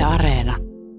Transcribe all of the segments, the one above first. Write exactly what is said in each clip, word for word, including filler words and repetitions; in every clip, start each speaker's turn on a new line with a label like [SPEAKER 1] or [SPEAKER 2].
[SPEAKER 1] Areena.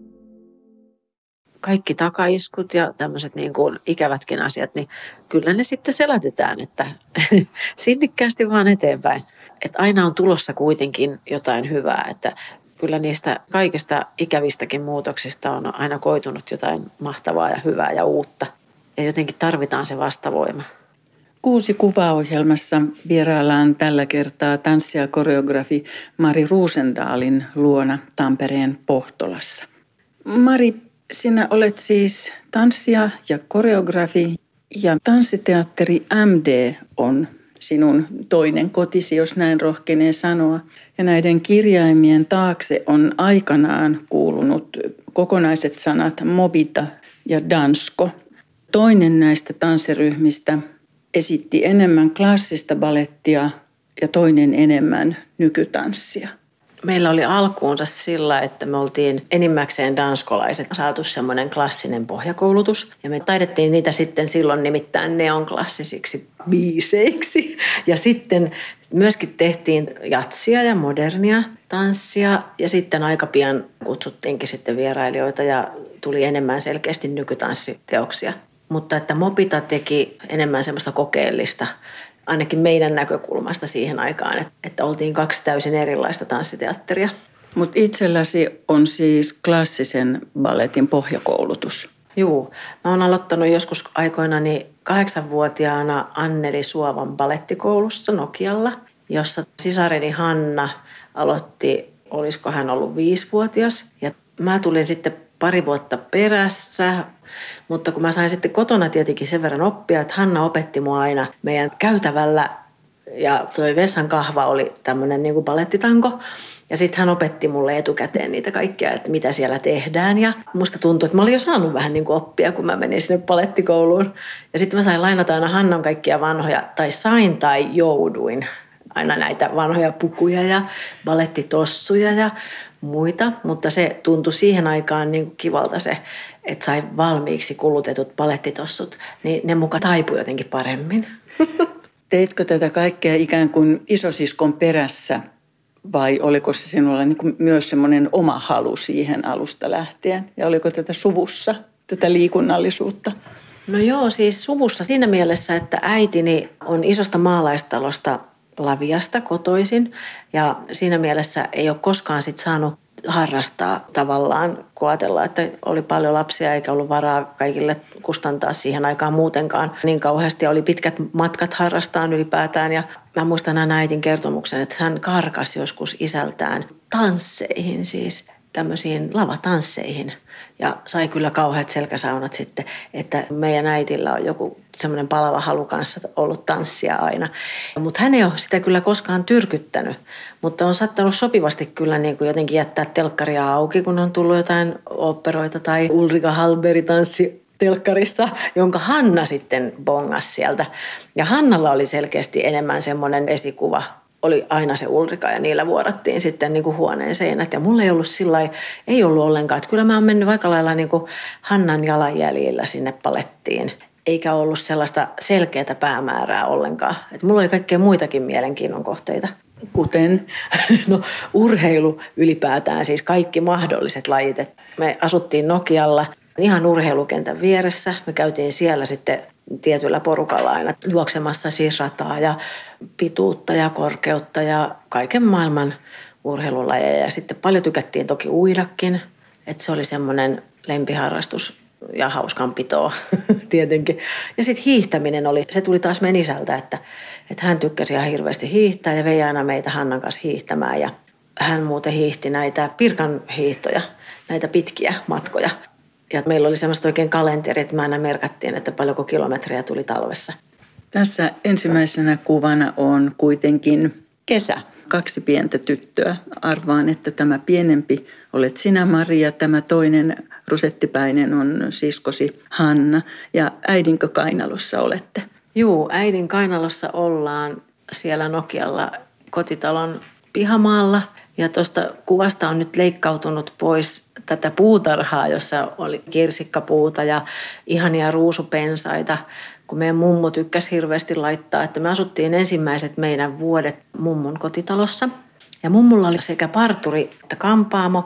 [SPEAKER 1] Kaikki takaiskut ja tämmöiset niin kuin ikävätkin asiat, niin kyllä ne sitten selätetään, että sinnikkäästi vaan eteenpäin. Että aina on tulossa kuitenkin jotain hyvää, että kyllä niistä kaikista ikävistäkin muutoksista on aina koitunut jotain mahtavaa ja hyvää ja uutta. Ja jotenkin tarvitaan se vastavoima.
[SPEAKER 2] Kuusi kuvaohjelmassa vieraillaan tällä kertaa tanssi- ja koreografi Mari Roosendalin luona Tampereen Pohtolassa. Mari, sinä olet siis tanssija ja koreografi ja tanssiteatteri M D on sinun toinen kotisi, jos näin rohkenee sanoa. Ja näiden kirjaimien taakse on aikanaan kuulunut kokonaiset sanat Mobita ja Dansko. Toinen näistä tanssiryhmistä esitti enemmän klassista balettia ja toinen enemmän nykytanssia.
[SPEAKER 1] Meillä oli alkuunsa sillä, että me oltiin enimmäkseen danskolaiset saatu semmoinen klassinen pohjakoulutus. Ja me taidettiin niitä sitten silloin nimittäin neonklassisiksi biiseiksi. Ja sitten myöskin tehtiin jatsia ja modernia tanssia. Ja sitten aika pian kutsuttiinkin sitten vierailijoita ja tuli enemmän selkeästi nykytanssiteoksia. Mutta että Mobita teki enemmän semmoista kokeellista, ainakin meidän näkökulmasta siihen aikaan, että, että oltiin kaksi täysin erilaista tanssiteatteria.
[SPEAKER 2] Mutta itselläsi on siis klassisen balletin pohjakoulutus.
[SPEAKER 1] Juu, mä oon aloittanut joskus aikoinani kahdeksanvuotiaana Anneli Suovan balettikoulussa Nokialla, jossa sisareni Hanna aloitti, olisiko hän ollut viisivuotias. Ja mä tulin sitten pari vuotta perässä. Mutta kun mä sain sitten kotona tietenkin sen verran oppia, että Hanna opetti mua aina meidän käytävällä ja toi vessan kahva oli tämmöinen niin kuin balettitanko. Ja sitten hän opetti mulle etukäteen niitä kaikkia, että mitä siellä tehdään. Ja musta tuntui, että mä olin jo saanut vähän niin kuin oppia, kun mä menin sinne balettikouluun. Ja sitten mä sain lainata aina Hannan kaikkia vanhoja, tai sain tai jouduin aina näitä vanhoja pukuja ja balettitossuja ja muita, mutta se tuntui siihen aikaan niin kuin kivalta se, että sai valmiiksi kulutetut balettitossut, niin ne muka taipui jotenkin paremmin.
[SPEAKER 2] Teitkö tätä kaikkea ikään kuin isosiskon perässä vai oliko se sinulla niin kuin myös semmoinen oma halu siihen alusta lähtien? Ja oliko tätä suvussa, tätä liikunnallisuutta?
[SPEAKER 1] No joo, siis suvussa siinä mielessä, että äitini on isosta maalaistalosta Laviasta kotoisin ja siinä mielessä ei ole koskaan sit saanut harrastaa tavallaan, kun ajatellaan, että oli paljon lapsia eikä ollut varaa kaikille kustantaa siihen aikaan muutenkaan. Niin kauheasti oli pitkät matkat harrastaan ylipäätään ja mä muistan aina äitin kertomuksen, että hän karkasi joskus isältään tansseihin siis, tämmöisiin lavatansseihin. Ja sai kyllä kauheat selkäsaunat sitten, että meidän äitillä on joku semmoinen palava halu kanssa ollut tanssia aina. Mutta hän ei ole sitä kyllä koskaan tyrkyttänyt, mutta on saattanut sopivasti kyllä niin kuin jotenkin jättää telkkaria auki, kun on tullut jotain oopperoita tai Ulrika Hallberg tanssi telkkarissa, jonka Hanna sitten bongasi sieltä. Ja Hannalla oli selkeästi enemmän semmoinen esikuva. Oli aina se Ulrika ja niillä vuorattiin sitten niin kuin huoneen seinät. Ja mulla ei ollut sillai, ei ollut ollenkaan. Että kyllä mä oon mennyt aika lailla niin kuin Hannan jalanjäljillä sinne palettiin. Eikä ollut sellaista selkeää päämäärää ollenkaan. Että mulla oli kaikkea muitakin mielenkiinnon kohteita.
[SPEAKER 2] Kuten?
[SPEAKER 1] No urheilu ylipäätään, siis kaikki mahdolliset lajit. Et me asuttiin Nokialla ihan urheilukentän vieressä. Me käytiin siellä sitten tietyllä porukalla aina juoksemassa siis rataa ja pituutta ja korkeutta ja kaiken maailman urheilulajeja. Ja sitten paljon tykättiin toki uidakin, että se oli semmoinen lempiharrastus ja hauskanpitoa tietenkin. Ja sitten hiihtäminen oli, se tuli taas meidän isältä, että, että hän tykkäsi ihan hirveästi hiihtää ja vei aina meitä Hannan kanssa hiihtämään. Ja hän muuten hiihti näitä Pirkan hiihtoja, näitä pitkiä matkoja. Ja meillä oli semmoista oikein kalenteri, että me aina merkattiin, että paljonko kilometriä tuli talvessa.
[SPEAKER 2] Tässä ensimmäisenä kuvana on kuitenkin kesä. Kaksi pientä tyttöä. Arvaan, että tämä pienempi olet sinä, Mari, ja tämä toinen rusettipäinen on siskosi Hanna. Ja äidinkö kainalossa olette?
[SPEAKER 1] Juu, äidin kainalossa ollaan siellä Nokialla kotitalon pihamaalla. Ja tuosta kuvasta on nyt leikkautunut pois tätä puutarhaa, jossa oli kirsikkapuuta ja ihania ruusupensaita, kun meidän mummo tykkäsi hirveästi laittaa, että me asuttiin ensimmäiset meidän vuodet mummun kotitalossa. Ja mummulla oli sekä parturi että kampaamo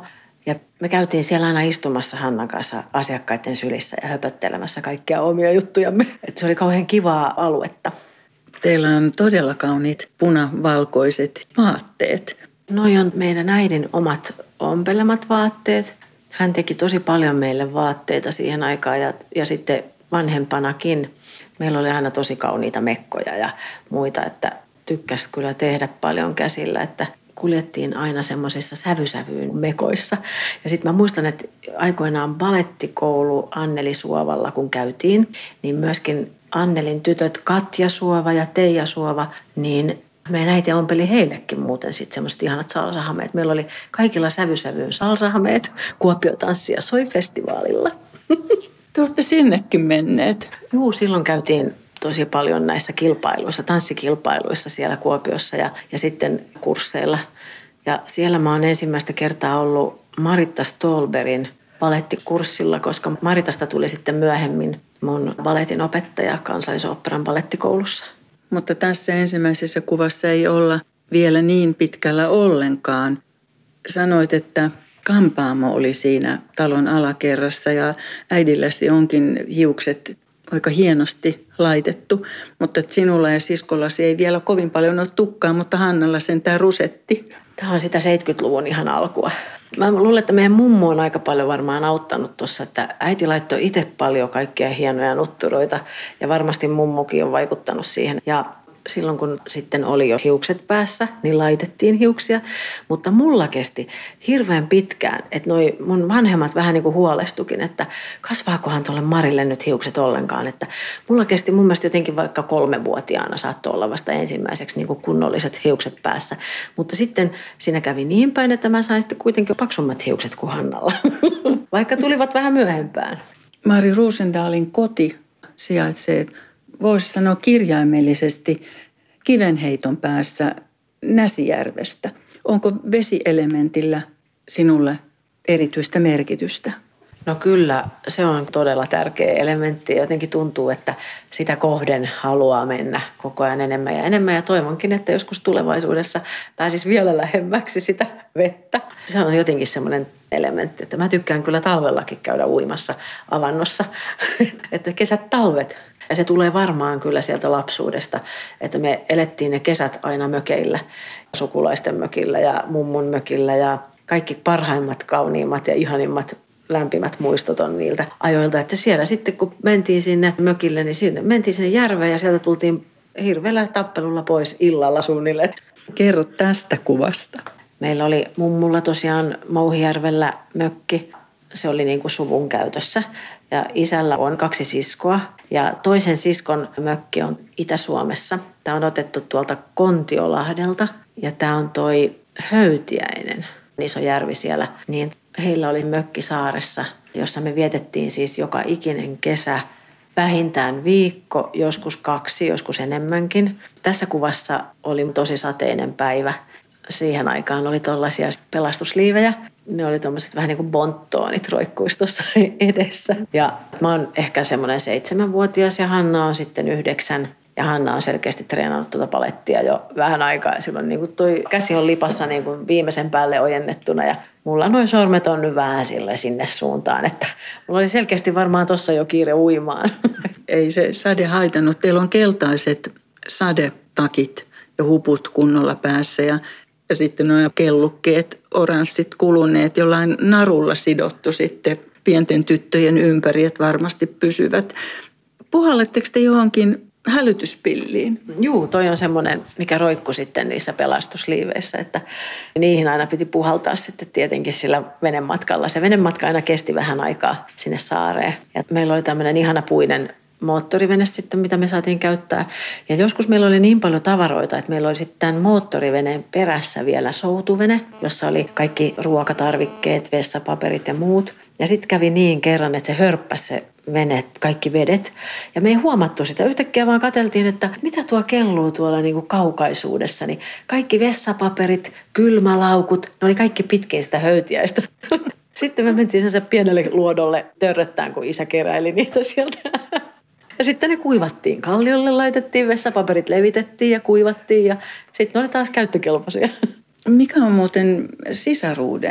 [SPEAKER 1] Ja me käytiin siellä aina istumassa Hannan kanssa asiakkaiden sylissä ja höpöttelemässä kaikkia omia juttujamme. Et se oli kauhean kivaa aluetta.
[SPEAKER 2] Teillä on todella kauniit punavalkoiset vaatteet.
[SPEAKER 1] Noi on meidän äidin omat ompelemat vaatteet. Hän teki tosi paljon meille vaatteita siihen aikaan ja, ja sitten vanhempanakin. Meillä oli aina tosi kauniita mekkoja ja muita, että tykkäsi kyllä tehdä paljon käsillä, että kuljettiin aina semmoisissa sävysävyyn mekoissa. Ja sitten mä muistan, että aikoinaan balettikoulu Anneli Suovalla, kun käytiin, niin myöskin Annelin tytöt Katja Suova ja Teija Suova, niin meidän äiti ompeli heillekin muuten sitten semmoiset ihanat salsahameet. Meillä oli kaikilla sävysävyyn salsahameet Kuopio-tanssia soi festivaalilla.
[SPEAKER 2] Te olette sinnekin menneet.
[SPEAKER 1] Juu, silloin käytiin tosi paljon näissä kilpailuissa, tanssikilpailuissa siellä Kuopiossa ja, ja sitten kursseilla. Ja siellä mä oon ensimmäistä kertaa ollut Maritta Stolberin balettikurssilla, koska Maritasta tuli sitten myöhemmin mun baletin opettaja Kansallisoopperan balettikoulussa.
[SPEAKER 2] Mutta tässä ensimmäisessä kuvassa ei olla vielä niin pitkällä ollenkaan. Sanoit, että kampaamo oli siinä talon alakerrassa ja äidilläsi onkin hiukset aika hienosti laitettu. Mutta sinulla ja siskollasi ei vielä kovin paljon ole tukkaa, mutta Hannalla sentään rusetti.
[SPEAKER 1] Tämä on sitä seitsemänkymmentäluvun ihan alkua. Mä luulen, että meidän mummo on aika paljon varmaan auttanut tuossa, että äiti laittoi itse paljon kaikkia hienoja nutturoita ja varmasti mummokin on vaikuttanut siihen. Ja silloin kun sitten oli jo hiukset päässä, niin laitettiin hiuksia, mutta mulla kesti hirveän pitkään, että noi mun vanhemmat vähän niin kuin huolestukin, että kasvaakohan tuolle Marille nyt hiukset ollenkaan, että mulla kesti mun mielestä jotenkin vaikka kolmevuotiaana saattoi olla vasta ensimmäiseksi niin kuin kunnolliset hiukset päässä, mutta sitten siinä kävi niin päin, että mä sain sitten kuitenkin paksummat hiukset kuin Hannalla, vaikka tulivat vähän myöhempään.
[SPEAKER 2] Mari Rosendalin koti sijaitsee, voisi sanoa kirjaimellisesti, kivenheiton päässä Näsijärvestä. Onko vesielementillä sinulle erityistä merkitystä?
[SPEAKER 1] No kyllä, se on todella tärkeä elementti. Jotenkin tuntuu, että sitä kohden haluaa mennä koko ajan enemmän ja enemmän. Ja toivonkin, että joskus tulevaisuudessa pääsisi vielä lähemmäksi sitä vettä. Se on jotenkin semmoinen elementti, että mä tykkään kyllä talvellakin käydä uimassa avannossa. Että kesät, talvet. Ja se tulee varmaan kyllä sieltä lapsuudesta, että me elettiin ne kesät aina mökeillä, sukulaisten mökillä ja mummun mökillä ja kaikki parhaimmat, kauniimmat ja ihanimmat lämpimät muistot on niiltä ajoilta. Että siellä sitten kun mentiin sinne mökille, niin sinne mentiin sinne järveen ja sieltä tultiin hirveällä tappelulla pois illalla suunnilleen.
[SPEAKER 2] Kerro tästä kuvasta.
[SPEAKER 1] Meillä oli mummulla tosiaan Mouhijärvellä mökki. Se oli niin kuin suvun käytössä ja isällä on kaksi siskoa ja toisen siskon mökki on Itä-Suomessa. Tämä on otettu tuolta Kontiolahdelta ja tämä on toi Höytiäinen, iso järvi siellä. Niin heillä oli mökki saaressa, jossa me vietettiin siis joka ikinen kesä vähintään viikko, joskus kaksi, joskus enemmänkin. Tässä kuvassa oli tosi sateinen päivä. Siihen aikaan oli tuollaisia pelastusliivejä. Ne oli tuommoiset vähän niin kuin bonttoonit roikkuisi tuossa edessä. Ja mä oon ehkä semmoinen seitsemänvuotias ja Hanna on sitten yhdeksän. Ja Hanna on selkeästi treenannut tuota palettia jo vähän aikaa. Ja silloin niin kuin toi käsi on lipassa niin kuin viimeisen päälle ojennettuna. Ja mulla noin sormet on nyt vähän sille sinne suuntaan. Että mulla oli selkeästi varmaan tuossa jo kiire uimaan.
[SPEAKER 2] Ei se sade haitannut. Teillä on keltaiset sadetakit ja huput kunnolla päässä ja Ja sitten nuo kellukkeet, oranssit kuluneet, jollain narulla sidottu sitten pienten tyttöjen ympäri, että varmasti pysyvät. Puhalletteko te johonkin hälytyspilliin?
[SPEAKER 1] Juu, toi on semmoinen, mikä roikkui sitten niissä pelastusliiveissä, että niihin aina piti puhaltaa sitten tietenkin sillä venematkalla. Se venematka aina kesti vähän aikaa sinne saareen. Ja meillä oli tämmöinen ihana puinen moottorivene sitten, mitä me saatiin käyttää. Ja joskus meillä oli niin paljon tavaroita, että meillä oli sitten tämän moottoriveneen perässä vielä soutuvene, jossa oli kaikki ruokatarvikkeet, vessapaperit ja muut. Ja sitten kävi niin kerran, että se hörppäsi se vene, kaikki vedet. Ja me ei huomattu sitä. Yhtäkkiä vaan katseltiin, että mitä tuo kelluu tuolla niin kuin kaukaisuudessa. Niin kaikki vessapaperit, kylmälaukut, ne oli kaikki pitkin sitä höytiäistä. Sitten me mentiin sen pienelle luodolle törröttään, kun isä keräili niitä sieltä. Ja sitten ne kuivattiin. Kalliolle laitettiin, vessapaperit levitettiin ja kuivattiin ja sitten ne oli taas käyttökelpoisia.
[SPEAKER 2] Mikä on muuten sisaruuden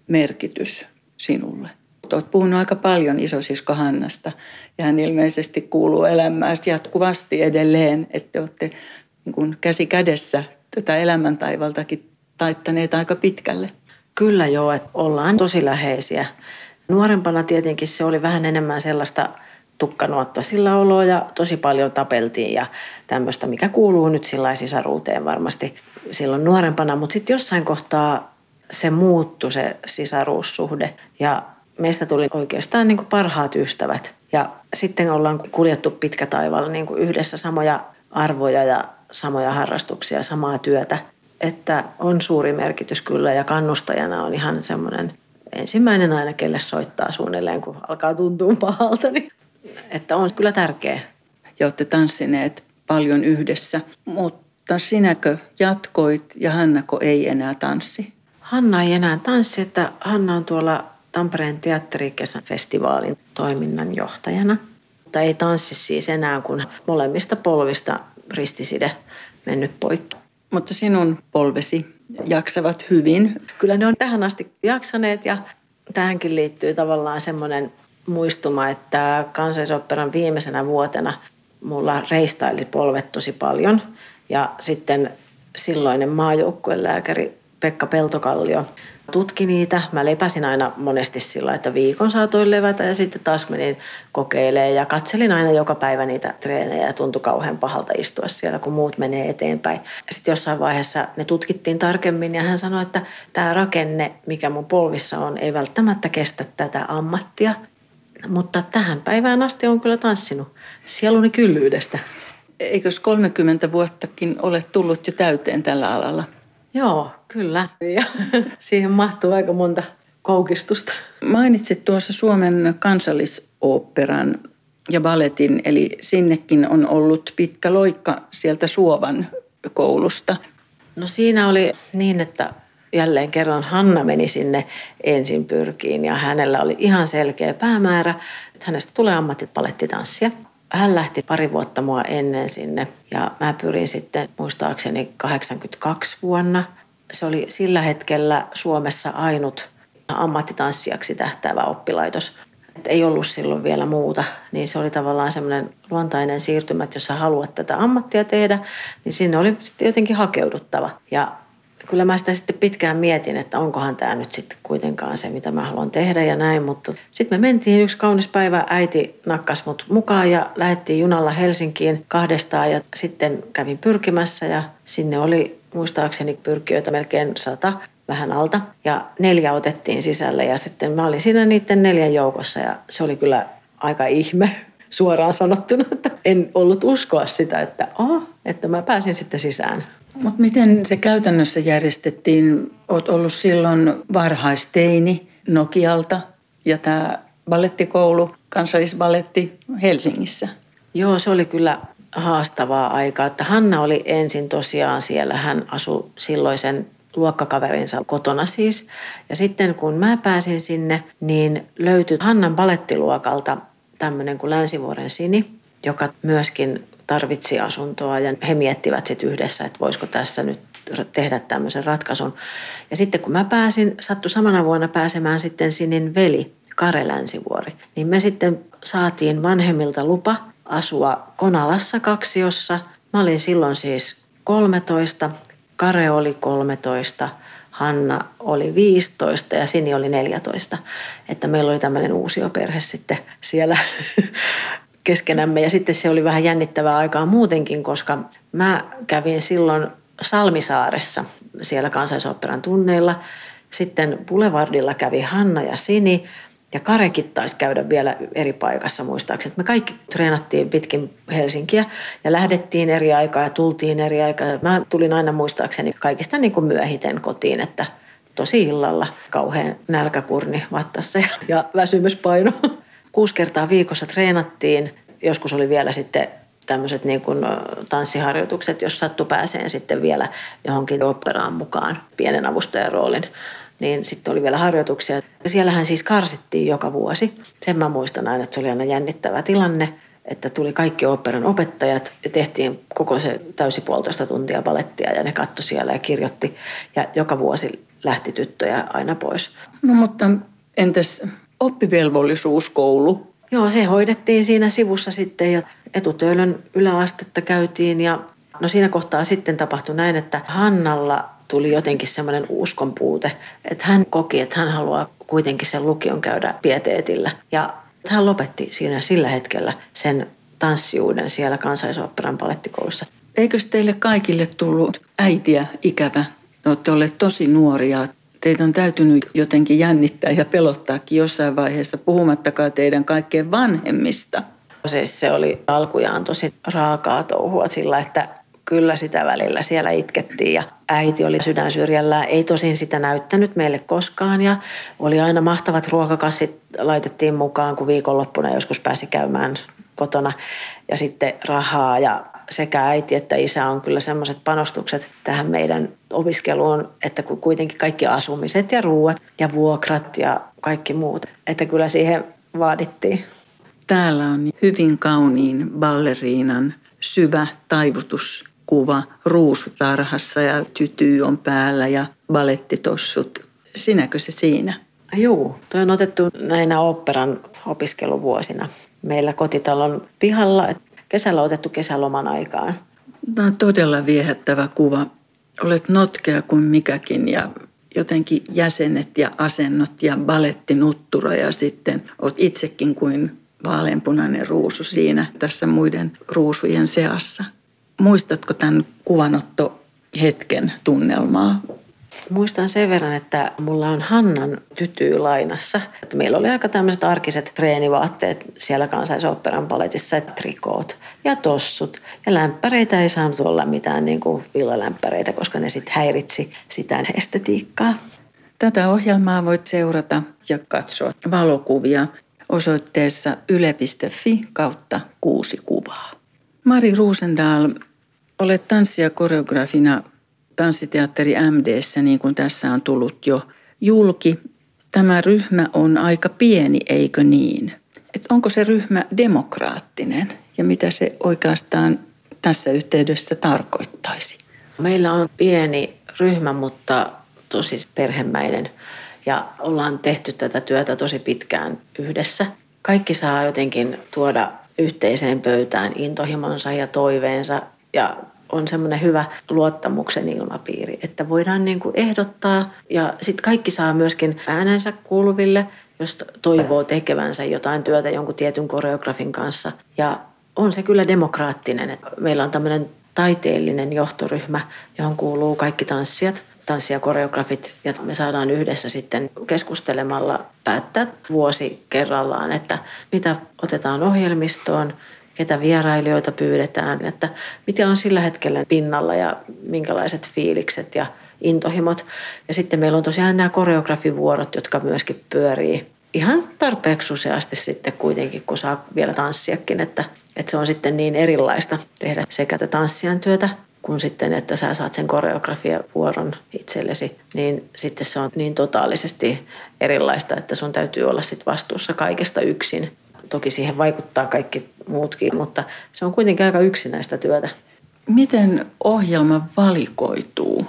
[SPEAKER 2] merkitys sinulle? Olet puhunut aika paljon isosisko Hannasta ja hän ilmeisesti kuuluu elämääsi jatkuvasti edelleen, että olette niin kuin käsi kädessä tätä elämäntaivaltakin taittaneet aika pitkälle.
[SPEAKER 1] Kyllä joo, että ollaan tosi läheisiä. Nuorempana tietenkin se oli vähän enemmän sellaista tukkanuotta sillä oloa ja tosi paljon tapeltiin ja tämmöistä, mikä kuuluu nyt sillä sisaruuteen varmasti silloin nuorempana. Mutta sitten jossain kohtaa se muuttui se sisaruussuhde ja meistä tuli oikeastaan niin kuin parhaat ystävät. Ja sitten ollaan kuljettu pitkä taivaalla niin kuin yhdessä samoja arvoja ja samoja harrastuksia, samaa työtä. Että on suuri merkitys kyllä ja kannustajana on ihan semmoinen ensimmäinen aina, kelle soittaa suunnilleen, kun alkaa tuntua pahalta. Niin, että on kyllä tärkeä.
[SPEAKER 2] Ja olette tanssineet paljon yhdessä, mutta sinäkö jatkoit ja Hannako ei enää tanssi?
[SPEAKER 1] Hanna ei enää tanssi, että Hanna on tuolla Tampereen teatterikesän-festivaalin toiminnan johtajana. Mutta ei tanssi siis enää, kun molemmista polvista ristiside mennyt poikki.
[SPEAKER 2] Mutta sinun polvesi jaksavat hyvin.
[SPEAKER 1] Kyllä ne on tähän asti jaksaneet ja tähänkin liittyy tavallaan semmoinen muistuma, että Kansallisoopperan viimeisenä vuotena mulla reistaili polvet tosi paljon. Ja sitten silloinen maajoukkuelääkäri Pekka Peltokallio tutki niitä. Mä lepäsin aina monesti sillä, että viikon saatoin levätä ja sitten taas menin kokeilemaan ja katselin aina joka päivä niitä treenejä ja tuntui kauhean pahalta istua siellä, kun muut menee eteenpäin. Sitten jossain vaiheessa ne tutkittiin tarkemmin ja hän sanoi, että tämä rakenne, mikä mun polvissa on, ei välttämättä kestä tätä ammattia. Mutta tähän päivään asti on kyllä tanssinut sieluni kyllyydestä.
[SPEAKER 2] Eikös kolmekymmentä vuottakin ole tullut jo täyteen tällä alalla?
[SPEAKER 1] Joo, kyllä. Ja siihen mahtuu aika monta koukistusta.
[SPEAKER 2] Mainitsit tuossa Suomen kansallisoopperan ja balletin, eli sinnekin on ollut pitkä loikka sieltä Suovan koulusta.
[SPEAKER 1] No siinä oli niin, että jälleen kerran Hanna meni sinne ensin pyrkiin ja hänellä oli ihan selkeä päämäärä, että hänestä tulee ammattipalettitanssija. Hän lähti pari vuotta mua ennen sinne ja mä pyrin sitten muistaakseni kahdeksankymmentäkaksi vuonna. Se oli sillä hetkellä Suomessa ainut ammattitanssijaksi tähtäävä oppilaitos. Et ei ollut silloin vielä muuta, niin se oli tavallaan semmoinen luontainen siirtymä, että jos sä haluat tätä ammattia tehdä, niin sinne oli sitten jotenkin hakeuduttava. Ja kyllä mä sitä sitten pitkään mietin, että onkohan tämä nyt sitten kuitenkaan se, mitä mä haluan tehdä ja näin. Mutta sitten me mentiin yksi kaunis päivä, äiti nakkas mut mukaan ja lähdettiin junalla Helsinkiin kahdestaan. Ja sitten kävin pyrkimässä ja sinne oli muistaakseni pyrkijöitä melkein sata, vähän alta. Ja neljä otettiin sisälle ja sitten mä olin siinä niiden neljän joukossa ja se oli kyllä aika ihme suoraan sanottuna, että en ollut uskoa sitä, että, oh, että mä pääsin sitten sisään.
[SPEAKER 2] Mutta miten se käytännössä järjestettiin? Olet ollut silloin varhaisteini Nokialta ja tämä ballettikoulu, kansallisballetti Helsingissä.
[SPEAKER 1] Joo, se oli kyllä haastavaa aikaa. Että Hanna oli ensin tosiaan siellä. Hän asui silloisen luokkakaverinsa kotona siis. Ja sitten kun mä pääsin sinne, niin löytyi Hannan ballettiluokalta tämmöinen kuin Länsivuoren Sini, joka myöskin tarvitsi asuntoa ja he miettivät sitten yhdessä, että voisiko tässä nyt tehdä tämmöisen ratkaisun. Ja sitten kun mä pääsin, sattui samana vuonna pääsemään sitten Sinin veli, Kare Länsivuori, niin me sitten saatiin vanhemmilta lupa asua Konalassa kaksiossa. Mä olin silloin siis kolmetoista, Kare oli kolmetoista, Hanna oli viisitoista ja Sini oli neljätoista. Että meillä oli tämmöinen uusioperhe sitten siellä keskenämme. Ja sitten se oli vähän jännittävää aikaa muutenkin, koska mä kävin silloin Salmisaaressa siellä Kansallisoopperan tunneilla. Sitten Boulevardilla kävi Hanna ja Sini ja Karekin taisi käydä vielä eri paikassa muistaakseni. Me kaikki treenattiin pitkin Helsinkiä ja lähdettiin eri aikaa ja tultiin eri aikaa. Mä tulin aina muistaakseni kaikista niin kuin myöhiten kotiin, että tosi illalla kauhean nälkäkurni vattassa ja väsymyspaino. Kuusi kertaa viikossa treenattiin. Joskus oli vielä sitten tämmöiset niin kuin tanssiharjoitukset, jos sattui pääseen sitten vielä johonkin oopperaan mukaan pienen avustajan roolin. Niin sitten oli vielä harjoituksia. Ja siellähän siis karsittiin joka vuosi. Sen mä muistan aina, että se oli aina jännittävä tilanne, että tuli kaikki oopperan opettajat ja tehtiin koko se täysi puolitoista tuntia balettia ja ne katsoi siellä ja kirjoitti. Ja joka vuosi lähti tyttöjä aina pois.
[SPEAKER 2] No mutta entäs oppivelvollisuuskoulu?
[SPEAKER 1] Joo, se hoidettiin siinä sivussa sitten ja Etutöölön yläastetta käytiin ja no siinä kohtaa sitten tapahtui näin, että Hannalla tuli jotenkin semmoinen uskon puute, että hän koki, että hän haluaa kuitenkin sen lukion käydä pieteetillä. Ja hän lopetti siinä sillä hetkellä sen tanssijuuden siellä Kansallisoopperan balettikoulussa.
[SPEAKER 2] Eikös teille kaikille tullut äitiä ikävä? Olette olleet tosi nuoria. Teitä on täytynyt jotenkin jännittää ja pelottaakin jossain vaiheessa, puhumattakaan teidän kaikkein vanhemmista.
[SPEAKER 1] Se, se oli alkujaan tosi raakaa touhua sillä, että kyllä sitä välillä siellä itkettiin ja äiti oli sydän syrjällään. Ei tosin sitä näyttänyt meille koskaan ja oli aina mahtavat ruokakassit laitettiin mukaan, kun viikonloppuna joskus pääsi käymään kotona. Ja sitten rahaa ja sekä äiti että isä on kyllä semmoiset panostukset tähän meidän opiskeluun, että kuitenkin kaikki asumiset ja ruuat ja vuokrat ja kaikki muut. Että kyllä siihen vaadittiin.
[SPEAKER 2] Täällä on hyvin kauniin balleriinan syvä taivutuskuva ruusutarhassa ja tyty on päällä ja balettitossut. Sinäkö se siinä?
[SPEAKER 1] Juu, toi on otettu näinä oopperan opiskeluvuosina meillä kotitalon pihalla. Kesällä otettu kesäloman aikaan.
[SPEAKER 2] Tämä on todella viehättävä kuva. Olet notkea kuin mikäkin ja jotenkin jäsenet ja asennot ja balettinuttura ja sitten olet itsekin kuin vaaleanpunainen ruusu siinä tässä muiden ruusujen seassa. Muistatko tämän kuvanottohetken tunnelmaa?
[SPEAKER 1] Muistan sen verran, että mulla on Hannan tyty lainassa. Että meillä oli aika tämmöiset arkiset treenivaatteet siellä Kansallisoopperan baletissa, että trikoot ja tossut. Ja lämpäreitä ei saanut olla mitään niin kuin villalämpäreitä, koska ne sitten häiritsi sitä estetiikkaa.
[SPEAKER 2] Tätä ohjelmaa voit seurata ja katsoa valokuvia osoitteessa yle piste fi kautta kuusi kuvaa. Mari Roosendahl, olet tanssia koreografina Tanssiteatteri M D:ssä, niin kuin tässä on tullut jo julki. Tämä ryhmä on aika pieni, eikö niin? Et onko se ryhmä demokraattinen ja mitä se oikeastaan tässä yhteydessä tarkoittaisi?
[SPEAKER 1] Meillä on pieni ryhmä, mutta tosi perhemäinen ja ollaan tehty tätä työtä tosi pitkään yhdessä. Kaikki saa jotenkin tuoda yhteiseen pöytään intohimonsa ja toiveensa ja on semmoinen hyvä luottamuksen ilmapiiri, että voidaan niin kuin ehdottaa ja sitten kaikki saa myöskin äänensä kuuluville, jos toivoo tekevänsä jotain työtä jonkun tietyn koreografin kanssa. Ja on se kyllä demokraattinen, että meillä on tämmöinen taiteellinen johtoryhmä, johon kuuluu kaikki tanssijat, tanssi- ja koreografit ja me saadaan yhdessä sitten keskustelemalla päättää vuosi kerrallaan, että mitä otetaan ohjelmistoon, ketä vierailijoita pyydetään, että mitä on sillä hetkellä pinnalla ja minkälaiset fiilikset ja intohimot. Ja sitten meillä on tosiaan nämä koreografivuorot, jotka myöskin pyörii ihan tarpeeksi useasti sitten kuitenkin, kun saa vielä tanssiakin, että, että se on sitten niin erilaista tehdä sekä tanssijan työtä, kun sitten, että sä saat sen koreografiavuoron itsellesi, niin sitten se on niin totaalisesti erilaista, että sun täytyy olla sitten vastuussa kaikesta yksin. Toki siihen vaikuttaa kaikki muutkin, mutta se on kuitenkin aika yksinäistä työtä.
[SPEAKER 2] Miten ohjelma valikoituu?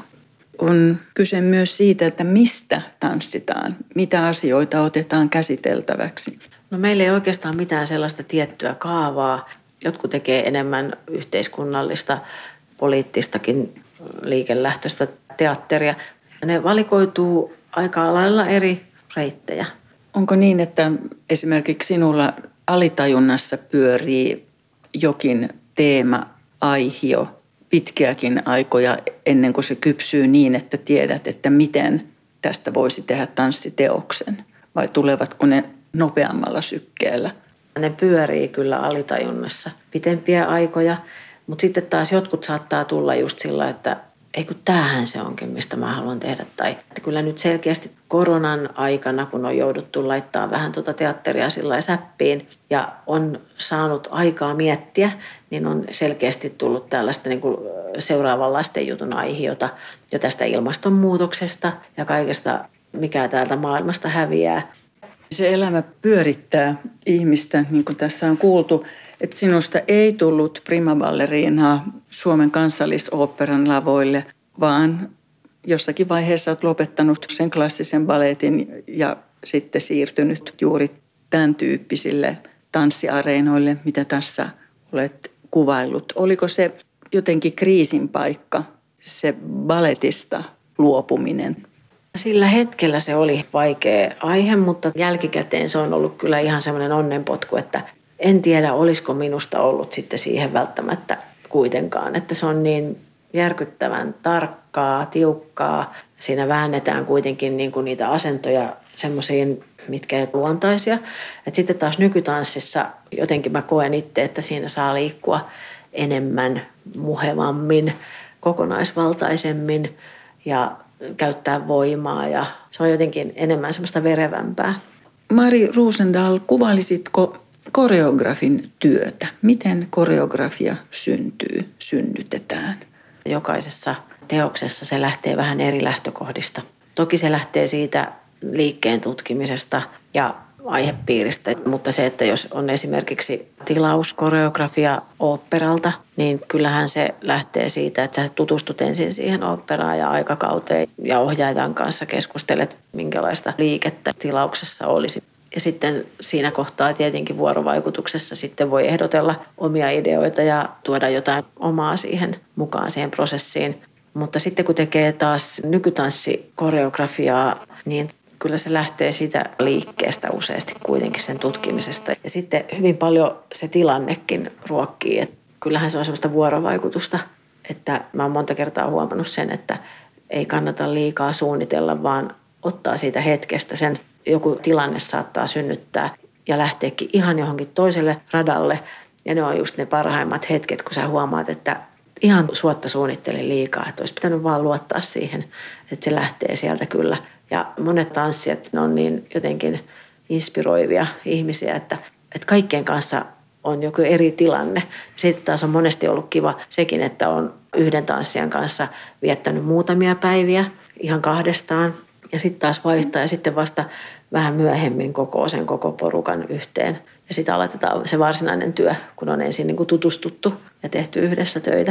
[SPEAKER 2] On kyse myös siitä, että mistä tanssitaan, mitä asioita otetaan käsiteltäväksi.
[SPEAKER 1] No meillä ei oikeastaan mitään sellaista tiettyä kaavaa. Jotkut tekee enemmän yhteiskunnallista, poliittistakin liikelähtöistä teatteria. Ne valikoituu aika lailla eri reittejä.
[SPEAKER 2] Onko niin, että esimerkiksi sinulla alitajunnassa pyörii jokin teema, aihio pitkiäkin aikoja ennen kuin se kypsyy niin, että tiedät, että miten tästä voisi tehdä tanssiteoksen? Vai tulevatko ne nopeammalla sykkeellä?
[SPEAKER 1] Ne pyörii kyllä alitajunnassa pitempiä aikoja, mutta sitten taas jotkut saattaa tulla just sillä, että ei kun tämähän se onkin, mistä mä haluan tehdä. Tai että kyllä nyt selkeästi koronan aikana, kun on jouduttu laittaa vähän tuota teatteria sillä säppiin ja on saanut aikaa miettiä, niin on selkeästi tullut tällaista niin kuin seuraavanlaisten jutun aihiota jo tästä ilmastonmuutoksesta ja kaikesta, mikä täältä maailmasta häviää.
[SPEAKER 2] Se elämä pyörittää ihmistä, niin kuin tässä on kuultu, että sinusta ei tullut primaballeriinaa Suomen Kansallisoopperan lavoille, vaan jossakin vaiheessa olet lopettanut sen klassisen baletin ja sitten siirtynyt juuri tämän tyyppisille tanssiareenoille, mitä tässä olet kuvaillut. Oliko se jotenkin kriisin paikka, se baletista luopuminen?
[SPEAKER 1] Sillä hetkellä se oli vaikea aihe, mutta jälkikäteen se on ollut kyllä ihan semmoinen onnenpotku, että en tiedä, olisiko minusta ollut sitten siihen välttämättä kuitenkaan, että se on niin järkyttävän tarkkaa, tiukkaa. Siinä väännetään kuitenkin niin kuin niitä asentoja semmoisiin, mitkä ei ole luontaisia. Et sitten taas nykytanssissa jotenkin mä koen itse, että siinä saa liikkua enemmän, muhevammin, kokonaisvaltaisemmin ja käyttää voimaa ja se on jotenkin enemmän semmoista verevämpää.
[SPEAKER 2] Mari Rosendahl, kuvailisitko koreografin työtä? Miten koreografia syntyy, synnytetään?
[SPEAKER 1] Jokaisessa teoksessa se lähtee vähän eri lähtökohdista. Toki se lähtee siitä liikkeen tutkimisesta ja aihepiiristä, mutta se, että jos on esimerkiksi tilaus koreografia oopperalta, niin kyllähän se lähtee siitä, että sä tutustut ensin siihen oopperaan ja aikakauteen ja ohjaajan kanssa keskustelet, minkälaista liikettä tilauksessa olisi. Ja sitten siinä kohtaa tietenkin vuorovaikutuksessa sitten voi ehdotella omia ideoita ja tuoda jotain omaa siihen mukaan siihen prosessiin. Mutta sitten kun tekee taas nykytanssikoreografiaa, niin kyllä se lähtee siitä liikkeestä useasti kuitenkin sen tutkimisesta. Ja sitten hyvin paljon se tilannekin ruokkii. Että kyllähän se on sellaista vuorovaikutusta, että mä oon monta kertaa huomannut sen, että ei kannata liikaa suunnitella, vaan ottaa siitä hetkestä sen. Joku tilanne saattaa synnyttää ja lähteekin ihan johonkin toiselle radalle. Ja ne on just ne parhaimmat hetket, kun sä huomaat, että ihan suotta suunnittelin liikaa. Että olisi pitänyt vaan luottaa siihen, että se lähtee sieltä kyllä. Ja monet tanssijat, ne on niin jotenkin inspiroivia ihmisiä, että, että kaikkien kanssa on joku eri tilanne. Sitten taas on monesti ollut kiva sekin, että on yhden tanssijan kanssa viettänyt muutamia päiviä ihan kahdestaan. Ja sitten taas vaihtaa ja sitten vasta vähän myöhemmin koko sen koko porukan yhteen. Ja sitten aloitetaan se varsinainen työ, kun on ensin niin kuin tutustuttu ja tehty yhdessä töitä.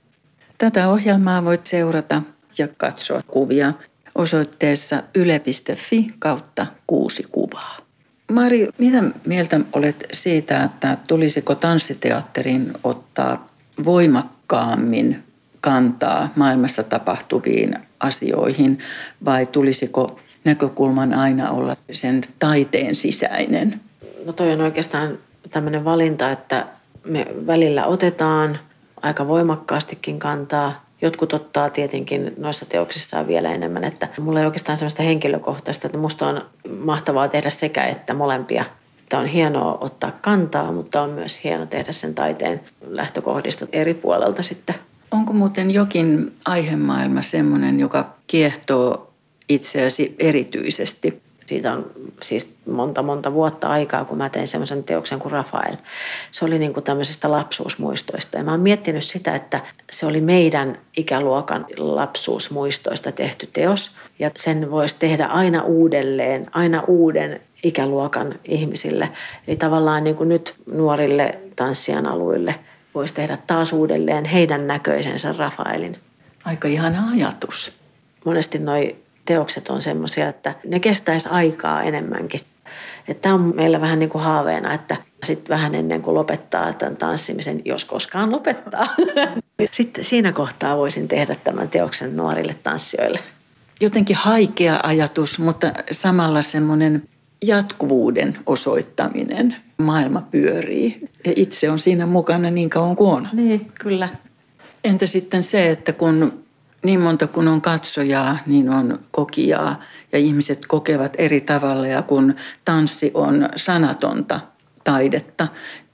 [SPEAKER 2] Tätä ohjelmaa voit seurata ja katsoa kuvia osoitteessa yle piste fi kautta kuusi kuvaa. Mari, mitä mieltä olet siitä, että tulisiko tanssiteatterin ottaa voimakkaammin kantaa maailmassa tapahtuviin asioihin vai tulisiko näkökulman aina olla sen taiteen sisäinen?
[SPEAKER 1] No toi on oikeastaan tämmöinen valinta, että me välillä otetaan aika voimakkaastikin kantaa. Jotkut ottaa tietenkin noissa teoksissaan vielä enemmän, että mulla ei oikeastaan sellaista henkilökohtaista, että musta on mahtavaa tehdä sekä että molempia. Että on hienoa ottaa kantaa, mutta on myös hieno tehdä sen taiteen lähtökohdista eri puolelta sitten.
[SPEAKER 2] Onko muuten jokin aihemaailma semmoinen, joka kiehtoo itseäsi erityisesti?
[SPEAKER 1] Siitä on siis monta, monta vuotta aikaa, kun mä tein semmoisen teoksen kuin Rafael. Se oli niin kuin tämmöisistä lapsuusmuistoista. Ja mä oon miettinyt sitä, että se oli meidän ikäluokan lapsuusmuistoista tehty teos. Ja sen voisi tehdä aina uudelleen, aina uuden ikäluokan ihmisille. Eli tavallaan niin kuin nyt nuorille tanssijan aluille voisi tehdä taas uudelleen heidän näköisensä Rafaelin.
[SPEAKER 2] Aika ihana ajatus.
[SPEAKER 1] Monesti noi teokset on semmoisia, että ne kestäisi aikaa enemmänkin. Tämä on meillä vähän niin kuin haaveena, että sitten vähän ennen kuin lopettaa tämän tanssimisen, jos koskaan lopettaa, sitten siinä kohtaa voisin tehdä tämän teoksen nuorille tanssijoille.
[SPEAKER 2] Jotenkin haikea ajatus, mutta samalla semmoinen jatkuvuuden osoittaminen. Maailma pyörii ja itse on siinä mukana niin kauan kuin on.
[SPEAKER 1] Niin, kyllä.
[SPEAKER 2] Entä sitten se, että kun niin monta kun on katsojaa, niin on kokijaa ja ihmiset kokevat eri tavalla ja kun tanssi on sanatonta taidetta,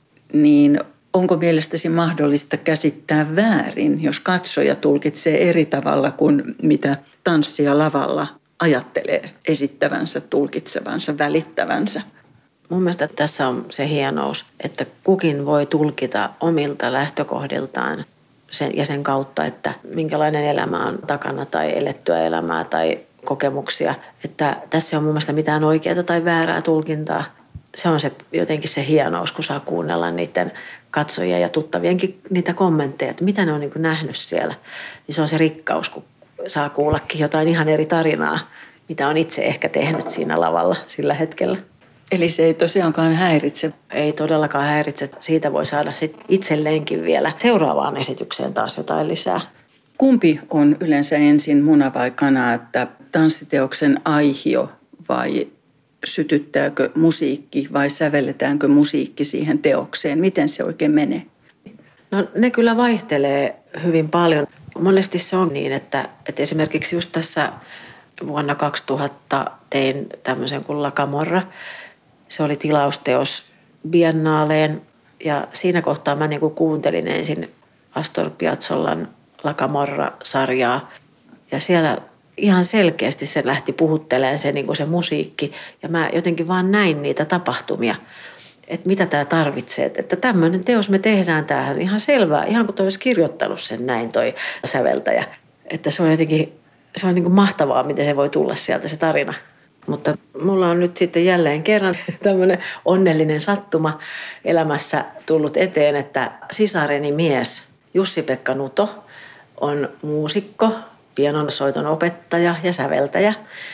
[SPEAKER 2] niin onko mielestäsi mahdollista käsittää väärin, jos katsoja tulkitsee eri tavalla kuin mitä tanssija lavalla ajattelee esittävänsä, tulkitsevansa, välittävänsä?
[SPEAKER 1] Mun mielestä tässä on se hienous, että kukin voi tulkita omilta lähtökohdiltaan sen, ja sen kautta, että minkälainen elämä on takana tai elettyä elämää tai kokemuksia. Että tässä ei ole mun mielestä mitään oikeaa tai väärää tulkintaa. Se on se, jotenkin se hienous, kun saa kuunnella niiden katsojia ja tuttavienkin niitä kommentteja, että mitä ne on niin kuin nähnyt siellä. Niin se on se rikkaus, kun saa kuullakin jotain ihan eri tarinaa, mitä on itse ehkä tehnyt siinä lavalla sillä hetkellä.
[SPEAKER 2] Eli se ei tosiaankaan häiritse?
[SPEAKER 1] Ei todellakaan häiritse. Siitä voi saada sit itselleenkin vielä seuraavaan esitykseen taas jotain lisää.
[SPEAKER 2] Kumpi on yleensä ensin muna vai kana, että tanssiteoksen aihio vai sytyttääkö musiikki vai sävelletäänkö musiikki siihen teokseen? Miten se oikein menee?
[SPEAKER 1] No ne kyllä vaihtelee hyvin paljon. Monesti se on niin, että, että esimerkiksi just tässä vuonna kaksituhatta tein tämmöisen kuin La Camorra. Se oli tilausteos Biennaaleen ja siinä kohtaa mä niin kuin kuuntelin ensin Astor Piazzolan La Camorra-sarjaa ja siellä ihan selkeästi se lähti puhuttelemaan se, niin kuin se musiikki ja mä jotenkin vaan näin niitä tapahtumia, että mitä tämä tarvitsee. Että tämmöinen teos me tehdään tähän ihan selvää, ihan kuin toi olisi kirjoittanut sen näin toi säveltäjä. Että se on jotenkin, se on niin kuin mahtavaa, miten se voi tulla sieltä se tarina. Mutta mulla on nyt sitten jälleen kerran tämmöinen onnellinen sattuma elämässä tullut eteen, että sisareni mies Jussi-Pekka Nuto on muusikko, pianonsoiton opettaja ja säveltäjä.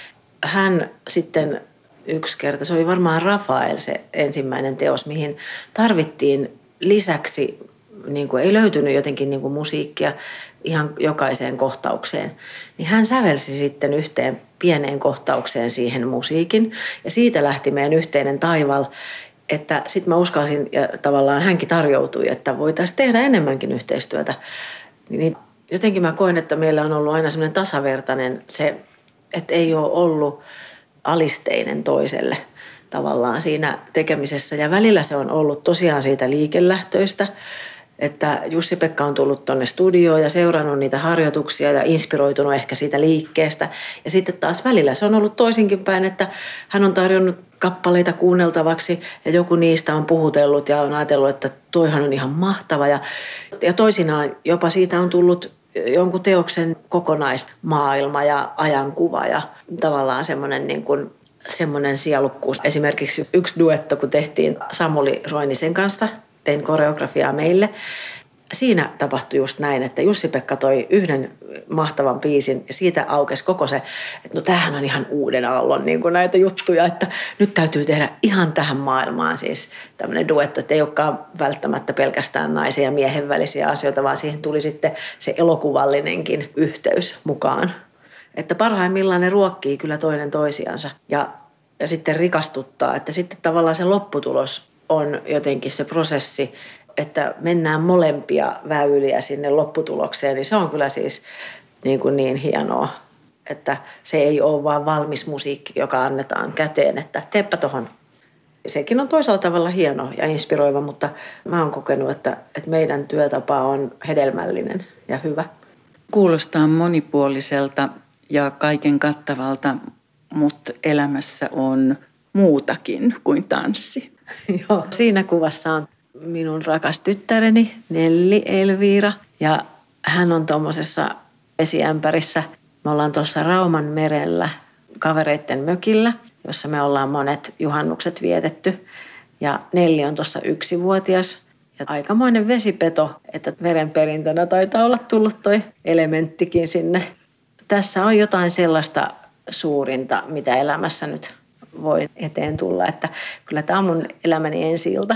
[SPEAKER 1] Hän sitten yksi kerta, se oli varmaan Rafael se ensimmäinen teos, mihin tarvittiin lisäksi, niin kuin ei löytynyt jotenkin niin kuin musiikkia ihan jokaiseen kohtaukseen. Niin hän sävelsi sitten yhteen pieneen kohtaukseen siihen musiikin ja siitä lähti meidän yhteinen taival, että sitten mä uskalsin ja tavallaan hänkin tarjoutui, että voitaisiin tehdä enemmänkin yhteistyötä. Niin jotenkin mä koen, että meillä on ollut aina semmoinen tasavertainen se, että ei ole ollut alisteinen toiselle tavallaan siinä tekemisessä. Ja välillä se on ollut tosiaan siitä liikelähtöistä, että Jussi-Pekka on tullut tuonne studioon ja seurannut niitä harjoituksia ja inspiroitunut ehkä siitä liikkeestä. Ja sitten taas välillä se on ollut toisinkin päin, että hän on tarjonnut kappaleita kuunneltavaksi ja joku niistä on puhutellut ja on ajatellut, että toihan on ihan mahtava. Ja, ja toisinaan jopa siitä on tullut jonkun teoksen kokonaismaailma ja ajankuva ja tavallaan semmoinen niin kuin semmoinen sielukkuus. Esimerkiksi yksi duetto, kun tehtiin Samuli Roinisen kanssa, tein koreografiaa meille. Siinä tapahtui just näin, että Jussi-Pekka toi yhden mahtavan biisin ja siitä aukesi koko se, että no tämähän on ihan uuden aallon niin kuin näitä juttuja, että nyt täytyy tehdä ihan tähän maailmaan siis tämmöinen duetto, että ei olekaan välttämättä pelkästään naisen ja miehen välisiä asioita, vaan siihen tuli sitten se elokuvallinenkin yhteys mukaan. Että parhaimmillaan ne ruokkii kyllä toinen toisiansa ja, ja sitten rikastuttaa, että sitten tavallaan se lopputulos on jotenkin se prosessi, että mennään molempia väyliä sinne lopputulokseen, niin se on kyllä siis niin, kuin niin hienoa, että se ei ole vaan valmis musiikki, joka annetaan käteen, että teepä tohon. Sekin on toisella tavalla hieno ja inspiroiva, mutta mä oon kokenut, että, että meidän työtapa on hedelmällinen ja hyvä.
[SPEAKER 2] Kuulostaa monipuoliselta ja kaiken kattavalta, mutta elämässä on muutakin kuin tanssi.
[SPEAKER 1] Joo, siinä kuvassa on minun rakas tyttäreni Nelli Elviira ja hän on tuommoisessa vesiämpärissä. Me ollaan tuossa Rauman merellä kavereitten mökillä, jossa me ollaan monet juhannukset vietetty. Ja Nelli on tuossa yksivuotias ja aikamoinen vesipeto, että verenperintönä taitaa olla tullut toi elementtikin sinne. Tässä on jotain sellaista suurinta, mitä elämässä nyt voi eteen tulla, että kyllä tämä on mun elämäni ensi-ilta.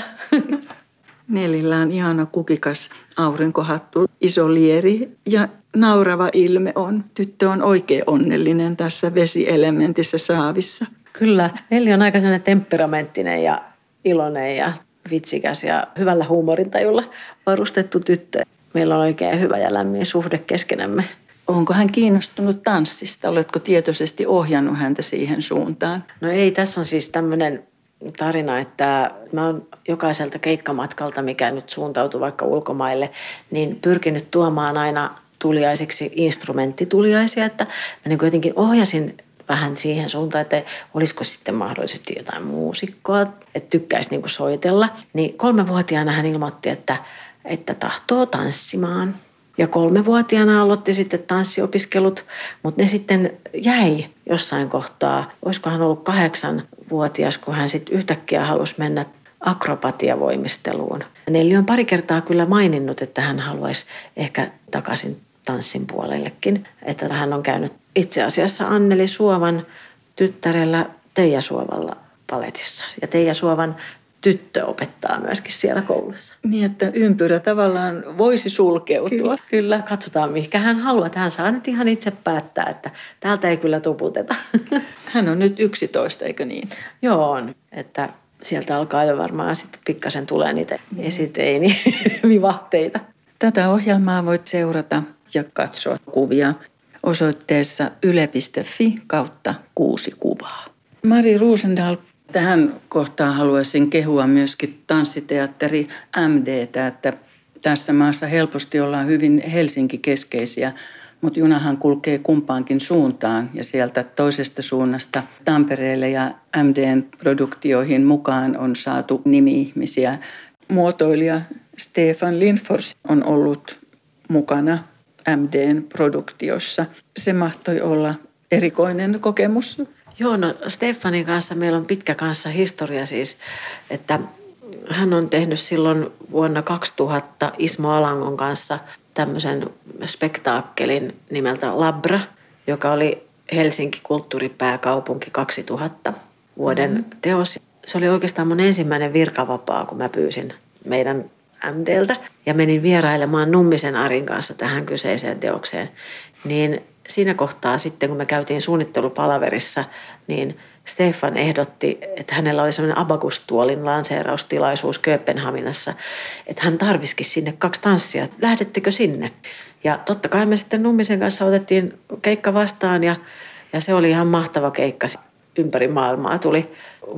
[SPEAKER 2] Nellillä on ihana kukikas aurinkohattu, iso lieri ja naurava ilme on. Tyttö on oikein onnellinen tässä vesielementissä saavissa.
[SPEAKER 1] Kyllä, Nelli on aika sellainen temperamenttinen ja iloinen ja vitsikäs ja hyvällä huumorintajulla varustettu tyttö. Meillä on oikein hyvä ja lämmin suhde keskenämme.
[SPEAKER 2] Onko hän kiinnostunut tanssista? Oletko tietoisesti ohjannut häntä siihen suuntaan?
[SPEAKER 1] No ei, tässä on siis tämmöinen tarina, että mä oon jokaiselta keikkamatkalta, mikä nyt suuntautuu vaikka ulkomaille, niin pyrkinyt tuomaan aina tuliaisiksi instrumenttituliaisia, että mä niin jotenkin ohjasin vähän siihen suuntaan, että olisiko sitten mahdollisesti jotain muusikkoa, että tykkäisi niin kuin soitella. Niin kolmevuotiaana hän ilmoitti, että, että tahtoo tanssimaan. Ja kolmevuotiaana aloitti sitten tanssiopiskelut, mutta ne sitten jäi jossain kohtaa. Olisiko hän ollut kahdeksanvuotias, kun hän sitten yhtäkkiä halusi mennä akrobatiavoimisteluun. Nelli on pari kertaa kyllä maininnut, että hän haluaisi ehkä takaisin tanssin puolellekin. Että hän on käynyt itse asiassa Anneli Suovan tyttärellä Teija Suovalla paletissa. Ja Teija Suovan tyttö opettaa myöskin siellä koulussa.
[SPEAKER 2] Niin, että ympyrä tavallaan voisi sulkeutua.
[SPEAKER 1] Kyllä, kyllä. Katsotaan mihinkä hän haluaa. Hän saa nyt ihan itse päättää, että täältä ei kyllä tuputeta.
[SPEAKER 2] Hän on nyt yksitoista, eikö niin?
[SPEAKER 1] Joo, on. Että sieltä alkaa jo varmaan sitten pikkasen tulee niitä esiteini-vivahteita.
[SPEAKER 2] Tätä ohjelmaa voit seurata ja katsoa kuvia osoitteessa yle piste fi kautta kuusi kuvaa. Mari Rosendahl, tähän kohtaan haluaisin kehua myöskin tanssiteatteri M D:tä, että tässä maassa helposti ollaan hyvin Helsinki-keskeisiä, mutta junahan kulkee kumpaankin suuntaan ja sieltä toisesta suunnasta Tampereelle ja M D:n produktioihin mukaan on saatu nimi-ihmisiä. Muotoilija Stefan Lindfors on ollut mukana M D:n produktiossa. Se mahtoi olla erikoinen kokemus.
[SPEAKER 1] Joo, no Stefanin kanssa meillä on pitkä kanssa historia siis, että hän on tehnyt silloin vuonna kaksituhatta Ismo Alangon kanssa tämmöisen spektaakkelin nimeltä Labra, joka oli Helsinki kulttuuripääkaupunki kaksituhatta vuoden mm-hmm. teos. Se oli oikeastaan mun ensimmäinen virkavapaa, kun mä pyysin meidän M D:ltä ja menin vierailemaan Nummisen Arin kanssa tähän kyseiseen teokseen. Niin siinä kohtaa sitten, kun me käytiin suunnittelupalaverissa, niin Stefan ehdotti, että hänellä oli sellainen abakustuolin lanseeraustilaisuus Kööpenhaminassa, että hän tarvisikin sinne kaksi tanssia. Lähdettekö sinne? Ja totta kai me sitten Nummisen kanssa otettiin keikka vastaan ja, ja se oli ihan mahtava keikka. Ympäri maailmaa tuli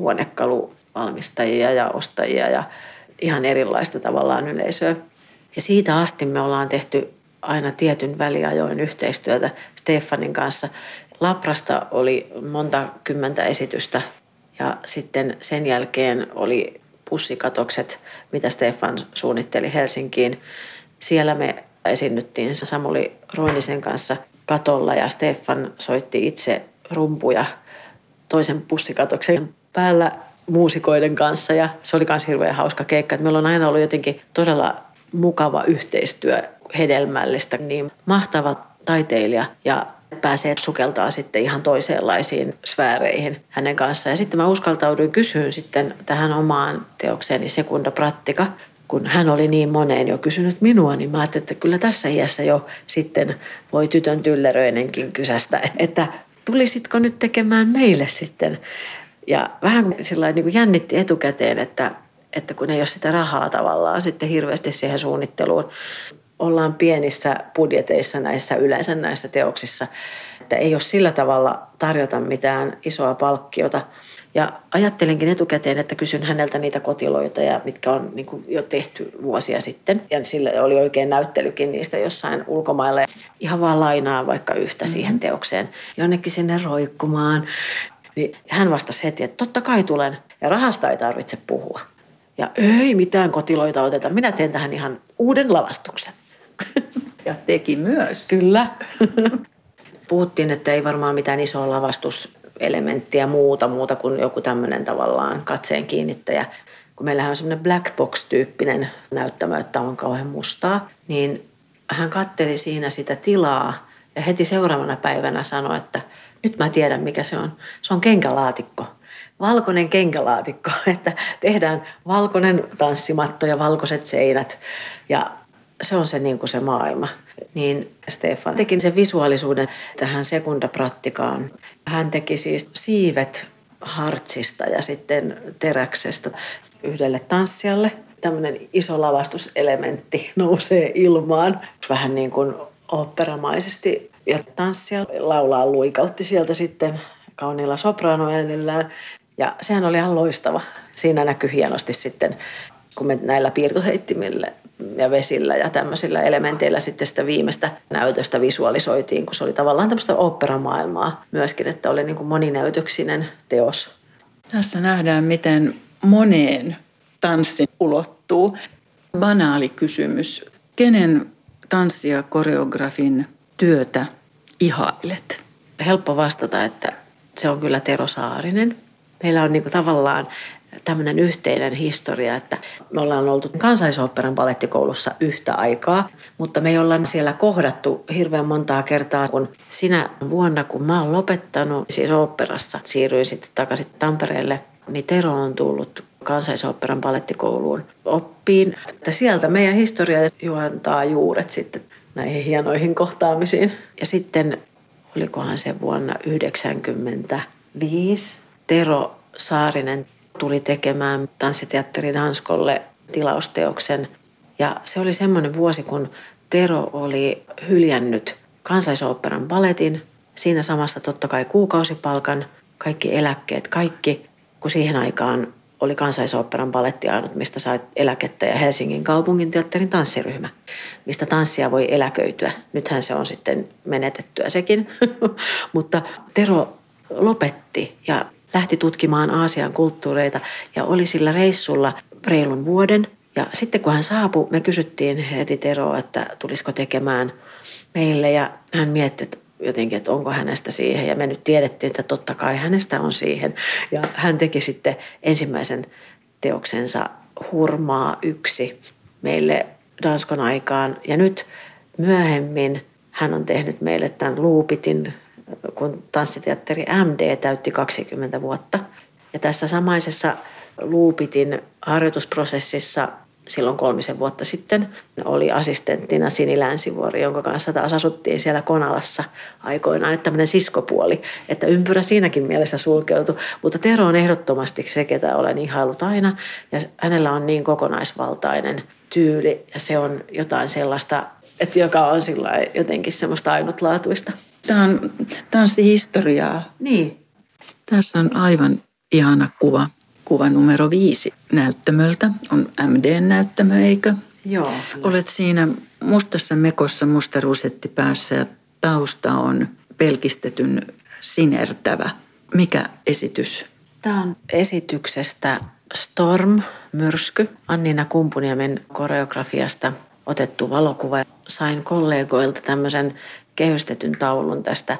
[SPEAKER 1] huonekaluvalmistajia ja ostajia ja ihan erilaista tavallaan yleisöä. Ja siitä asti me ollaan tehty aina tietyn väliajoin yhteistyötä Stefanin kanssa. Labrasta oli monta kymmentä esitystä ja sitten sen jälkeen oli pussikatokset, mitä Stefan suunnitteli Helsinkiin. Siellä me esiinnyttiin Samuli Roinisen kanssa katolla ja Stefan soitti itse rumpuja toisen pussikatoksen päällä muusikoiden kanssa ja se oli myös hirveän hauska keikka. Meillä on aina ollut jotenkin todella mukava yhteistyö, hedelmällistä, niin mahtava taiteilija ja pääsee sukeltaa sitten ihan toisenlaisiin sfääreihin hänen kanssaan. Ja sitten mä uskaltauduin kysyä sitten tähän omaan teokseeni Sekunda Prattika, kun hän oli niin moneen jo kysynyt minua, niin mä ajattelin, että kyllä tässä iässä jo sitten voi tytön tylleröinenkin kysästä, että tulisitko nyt tekemään meille sitten. Ja vähän sillä niin kuin jännitti etukäteen, että, että kun ei ole sitä rahaa tavallaan sitten hirveästi siihen suunnitteluun. Ollaan pienissä budjeteissa näissä yleensä näissä teoksissa, että ei ole sillä tavalla tarjota mitään isoa palkkiota. Ja ajattelinkin etukäteen, että kysyn häneltä niitä kotiloita, ja mitkä on niin kuin jo tehty vuosia sitten. Ja sillä oli oikein näyttelykin niistä jossain ulkomailla. Ihan vaan lainaa vaikka yhtä mm-hmm. siihen teokseen, jonnekin sinne roikkumaan. Niin hän vastasi heti, että totta kai tulen ja rahasta ei tarvitse puhua. Ja ei mitään kotiloita oteta, minä teen tähän ihan uuden lavastuksen.
[SPEAKER 2] Ja teki myös.
[SPEAKER 1] Kyllä. Puhuttiin, että ei varmaan mitään isoa lavastuselementtiä muuta, muuta kuin joku tämmöinen tavallaan katseen kiinnittäjä. Kun meillähän on semmoinen black box-tyyppinen näyttämö, että on kauhean mustaa, niin hän katteli siinä sitä tilaa ja heti seuraavana päivänä sanoi, että nyt mä tiedän mikä se on. Se on kenkälaatikko. Valkoinen kenkälaatikko, että tehdään valkoinen tanssimatto ja valkoiset seinät ja se on se, niin kuin se maailma. Niin Stefan teki sen visuaalisuuden tähän Sekunda Prattikaan. Hän teki siis siivet hartsista ja sitten teräksestä yhdelle tanssijalle. Tämmöinen iso lavastuselementti nousee ilmaan. Vähän niin kuin oopperamaisesti. Ja tanssija laulaa luikautti sieltä sitten kauniilla sopraanoäänellään. Ja sehän oli ihan loistava. Siinä näkyi hienosti sitten, kun me näillä piirtoheittimillä ja vesillä ja tämmöisillä elementeillä sitten sitä viimeistä näytöstä visualisoitiin, kun se oli tavallaan tämmöistä oopperamaailmaa myöskin, että oli niin kuin moninäytöksinen teos.
[SPEAKER 2] Tässä nähdään, miten moneen tanssin ulottuu. Banaali kysymys. Kenen tanssi- ja koreografin työtä ihailet?
[SPEAKER 1] Helppo vastata, että se on kyllä Tero Saarinen. Meillä on niin kuin tavallaan tämmöinen yhteinen historia, että me ollaan oltu Kansallisoopperan balettikoulussa yhtä aikaa, mutta me ei olla siellä kohdattu hirveän montaa kertaa, kun sinä vuonna, kun mä oon lopettanut siis oopperassa, siirryin sitten takaisin Tampereelle, niin Tero on tullut Kansallisoopperan balettikouluun oppiin. Että sieltä meidän historia juontaa juuret sitten näihin hienoihin kohtaamisiin. Ja sitten olikohan se vuonna yhdeksänkymmentäviisi Tero Saarinen tuli tekemään Tanssiteatteri Danskolle tilausteoksen. Ja se oli semmoinen vuosi, kun Tero oli hyljännyt Kansallisoopperan baletin. Siinä samassa totta kai kuukausipalkan, kaikki eläkkeet, kaikki, kun siihen aikaan oli Kansallisoopperan baletti ainut, mistä sai eläkettä, ja Helsingin kaupunginteatterin tanssiryhmä, mistä tanssia voi eläköityä. Nythän se on sitten menetettyä sekin, mutta Tero lopetti ja lähti tutkimaan Aasian kulttuureita ja oli sillä reissulla reilun vuoden. Ja sitten kun hän saapui, me kysyttiin heti Teroa, että tulisiko tekemään meille, ja hän mietti, että jotenkin, että onko hänestä siihen. Ja me nyt tiedettiin, että totta kai hänestä on siihen. Ja hän teki sitten ensimmäisen teoksensa Hurmaa yksi meille Danskon aikaan. Ja nyt myöhemmin hän on tehnyt meille tämän Luupitin, kun Tanssiteatteri M D täytti kaksikymmentä vuotta. Ja tässä samaisessa Luupitin harjoitusprosessissa silloin kolmisen vuotta sitten oli assistenttina Sini Länsivuori, jonka kanssa taas asuttiin siellä Konalassa aikoinaan. Että tämmöinen siskopuoli, että ympyrä siinäkin mielessä sulkeutui. Mutta Tero on ehdottomasti se, ketä olen ihaillut aina. Ja hänellä on niin kokonaisvaltainen tyyli ja se on jotain sellaista, että joka on sillä jotenkin semmoista ainutlaatuista.
[SPEAKER 2] Tämä on tanssihistoriaa.
[SPEAKER 1] Niin.
[SPEAKER 2] Tässä on aivan ihana kuva. Kuva numero viisi näyttämöltä on M D-näyttämö, eikö?
[SPEAKER 1] Joo.
[SPEAKER 2] Olet siinä mustassa mekossa, musta rusetti päässä ja tausta on pelkistetyn sinertävä. Mikä esitys?
[SPEAKER 1] Tämä on esityksestä Storm, myrsky, Annina Kumpuniemen koreografiasta otettu valokuva. Sain kollegoilta tämmöisen kehystetyn taulun tästä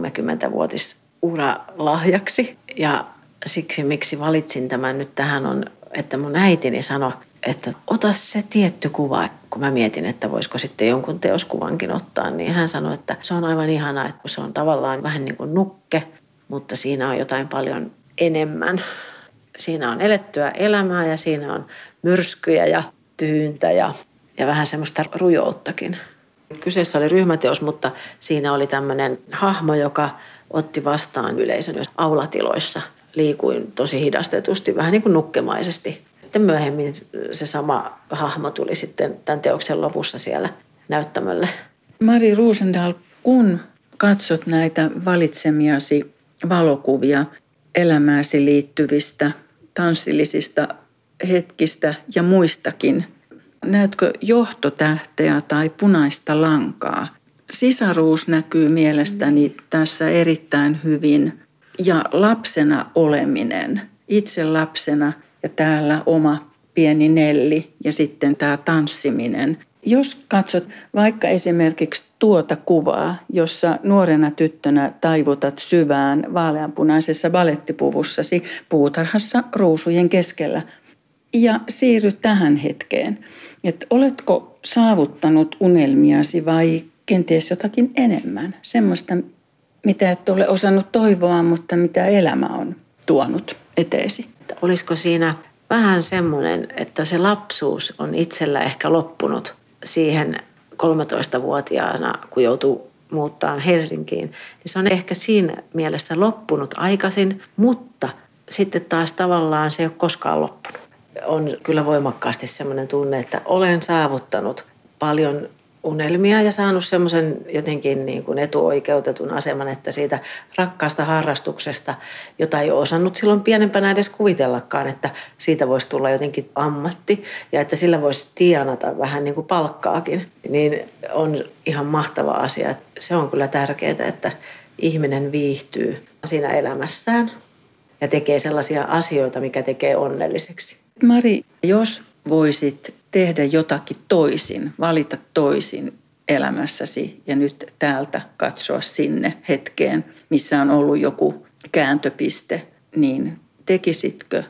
[SPEAKER 1] kolmekymmentävuotisuralahjaksi ja siksi, miksi valitsin tämän nyt tähän on, että mun äitini sanoi, että ota se tietty kuva, kun mä mietin, että voisiko sitten jonkun teoskuvankin ottaa, niin hän sanoi, että se on aivan ihanaa, että se on tavallaan vähän niin kuin nukke, mutta siinä on jotain paljon enemmän. Siinä on elettyä elämää ja siinä on myrskyjä ja tyyntä ja, ja vähän semmoista rujouttakin. Kyseessä oli ryhmäteos, mutta siinä oli tämmöinen hahmo, joka otti vastaan yleisön aulatiloissa. Liikuin tosi hidastetusti, vähän niin kuin nukkemaisesti. Sitten myöhemmin se sama hahmo tuli sitten tämän teoksen lopussa siellä näyttämölle.
[SPEAKER 2] Mari Roosendahl, kun katsot näitä valitsemiasi valokuvia elämääsi liittyvistä tanssillisista hetkistä ja muistakin, näetkö johtotähteä tai punaista lankaa? Sisaruus näkyy mielestäni tässä erittäin hyvin. Ja lapsena oleminen, itse lapsena ja täällä oma pieni Nelli ja sitten tämä tanssiminen. Jos katsot vaikka esimerkiksi tuota kuvaa, jossa nuorena tyttönä taivutat syvään vaaleanpunaisessa balettipuvussasi puutarhassa ruusujen keskellä ja siirryt tähän hetkeen, että oletko saavuttanut unelmiasi vai kenties jotakin enemmän, semmoista, mitä et ole osannut toivoa, mutta mitä elämä on tuonut eteesi.
[SPEAKER 1] Olisiko siinä vähän semmoinen, että se lapsuus on itsellä ehkä loppunut siihen kolmetoistavuotiaana, kun joutuu muuttaa Helsinkiin. Niin se on ehkä siinä mielessä loppunut aikaisin, mutta sitten taas tavallaan se ei ole koskaan loppunut. On kyllä voimakkaasti semmoinen tunne, että olen saavuttanut paljon unelmia ja saanut semmoisen jotenkin niin kuin etuoikeutetun aseman, että siitä rakkaasta harrastuksesta, jota ei ole osannut silloin pienempänä edes kuvitellakaan, että siitä voisi tulla jotenkin ammatti ja että sillä voisi tienata vähän niin kuin palkkaakin, niin on ihan mahtava asia. Se on kyllä tärkeää, että ihminen viihtyy siinä elämässään ja tekee sellaisia asioita, mikä tekee onnelliseksi.
[SPEAKER 2] Mari, jos voisit tehdä jotakin toisin, valita toisin elämässäsi ja nyt täältä katsoa sinne hetkeen, missä on ollut joku kääntöpiste, niin tekisitkö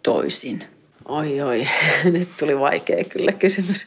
[SPEAKER 2] toisin?
[SPEAKER 1] Oi oi, nyt tuli vaikea kyllä kysymys.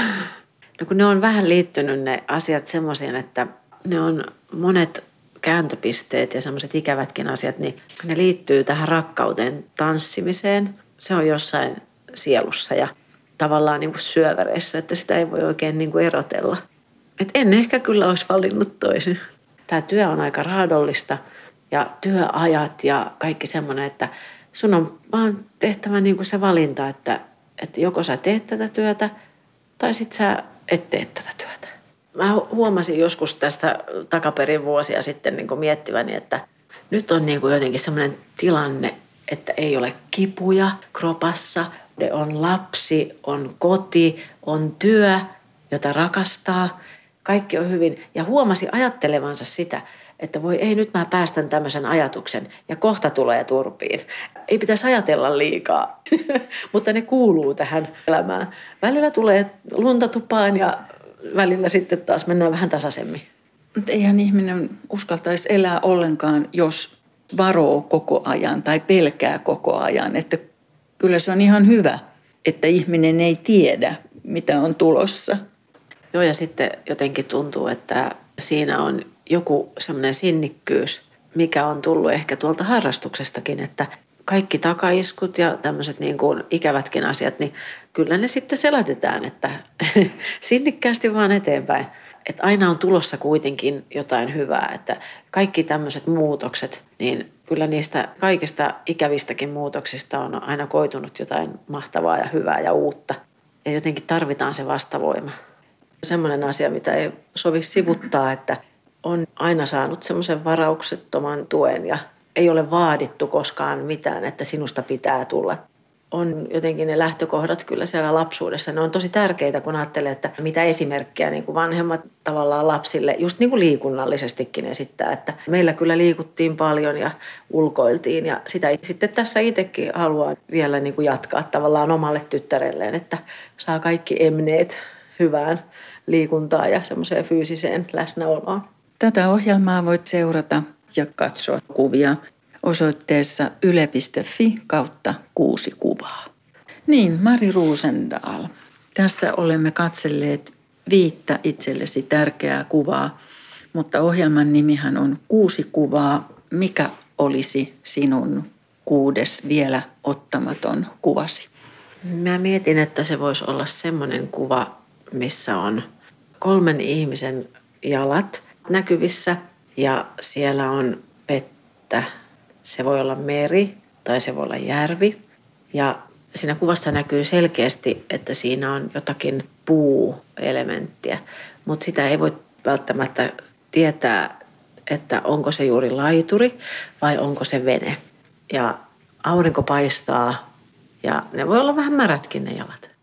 [SPEAKER 1] No kun ne on vähän liittynyt ne asiat semmoisiin, että ne on monet kääntöpisteet ja semmoiset ikävätkin asiat, niin ne liittyy tähän rakkauteen tanssimiseen. Se on jossain sielussa ja tavallaan niin kuin syöväreissä, että sitä ei voi oikein niin kuin erotella. Et en ehkä kyllä olisi valinnut toisin. Tämä työ on aika raadollista ja työajat ja kaikki semmoinen, että sun on vaan tehtävä niin kuin se valinta, että, että joko sä teet tätä työtä tai sit sä et tee tätä työtä. Mä huomasin joskus tästä takaperin vuosia sitten niin kuin miettiväni, että nyt on niin kuin jotenkin semmoinen tilanne, että ei ole kipuja kropassa, on lapsi, on koti, on työ, jota rakastaa. Kaikki on hyvin. Ja huomasi ajattelevansa sitä, että voi ei nyt mä päästän tämmöisen ajatuksen ja kohta tulee turpiin. Ei pitäisi ajatella liikaa, mutta ne kuuluu tähän elämään. Välillä tulee lunta tupaan ja välillä sitten taas mennään vähän tasaisemmin.
[SPEAKER 2] Mutta eihän ihminen uskaltaisi elää ollenkaan, jos varoo koko ajan tai pelkää koko ajan. Että kyllä se on ihan hyvä, että ihminen ei tiedä, mitä on tulossa.
[SPEAKER 1] Joo, ja sitten jotenkin tuntuu, että siinä on joku semmoinen sinnikkyys, mikä on tullut ehkä tuolta harrastuksestakin, että kaikki takaiskut ja tämmöiset niin kuin ikävätkin asiat, niin kyllä ne sitten selätetään, että sinnikkäästi vaan eteenpäin. Että aina on tulossa kuitenkin jotain hyvää, että kaikki tämmöiset muutokset, niin kyllä niistä kaikista ikävistäkin muutoksista on aina koitunut jotain mahtavaa ja hyvää ja uutta. Ja jotenkin tarvitaan se vastavoima. Semmoinen asia, mitä ei sovi sivuttaa, että on aina saanut semmoisen varauksettoman tuen ja ei ole vaadittu koskaan mitään, että sinusta pitää tulla. On jotenkin ne lähtökohdat kyllä siellä lapsuudessa. Ne on tosi tärkeitä, kun ajattelee, että mitä esimerkkejä niin kuin vanhemmat tavallaan lapsille, just niin kuin liikunnallisestikin esittää. Että meillä kyllä liikuttiin paljon ja ulkoiltiin ja sitä sitten tässä itsekin haluaa vielä niin kuin jatkaa tavallaan omalle tyttärelleen, että saa kaikki emneet hyvään liikuntaan ja semmoiseen fyysiseen läsnäoloon.
[SPEAKER 2] Tätä ohjelmaa voit seurata ja katsoa kuvia osoitteessa yle piste fi kautta kuusi kuvaa. Niin, Mari Rosendahl. Tässä olemme katselleet viittä itsellesi tärkeää kuvaa, mutta ohjelman nimihän on Kuusi kuvaa. Mikä olisi sinun kuudes vielä ottamaton kuvasi?
[SPEAKER 1] Mä mietin, että se voisi olla semmoinen kuva, missä on kolmen ihmisen jalat näkyvissä ja siellä on vettä. Se voi olla meri tai se voi olla järvi. Ja siinä kuvassa näkyy selkeästi, että siinä on jotakin puuelementtiä, mutta sitä ei voi välttämättä tietää, että onko se juuri laituri vai onko se vene. Ja aurinko paistaa ja ne voi olla vähän märätkin ne jalat.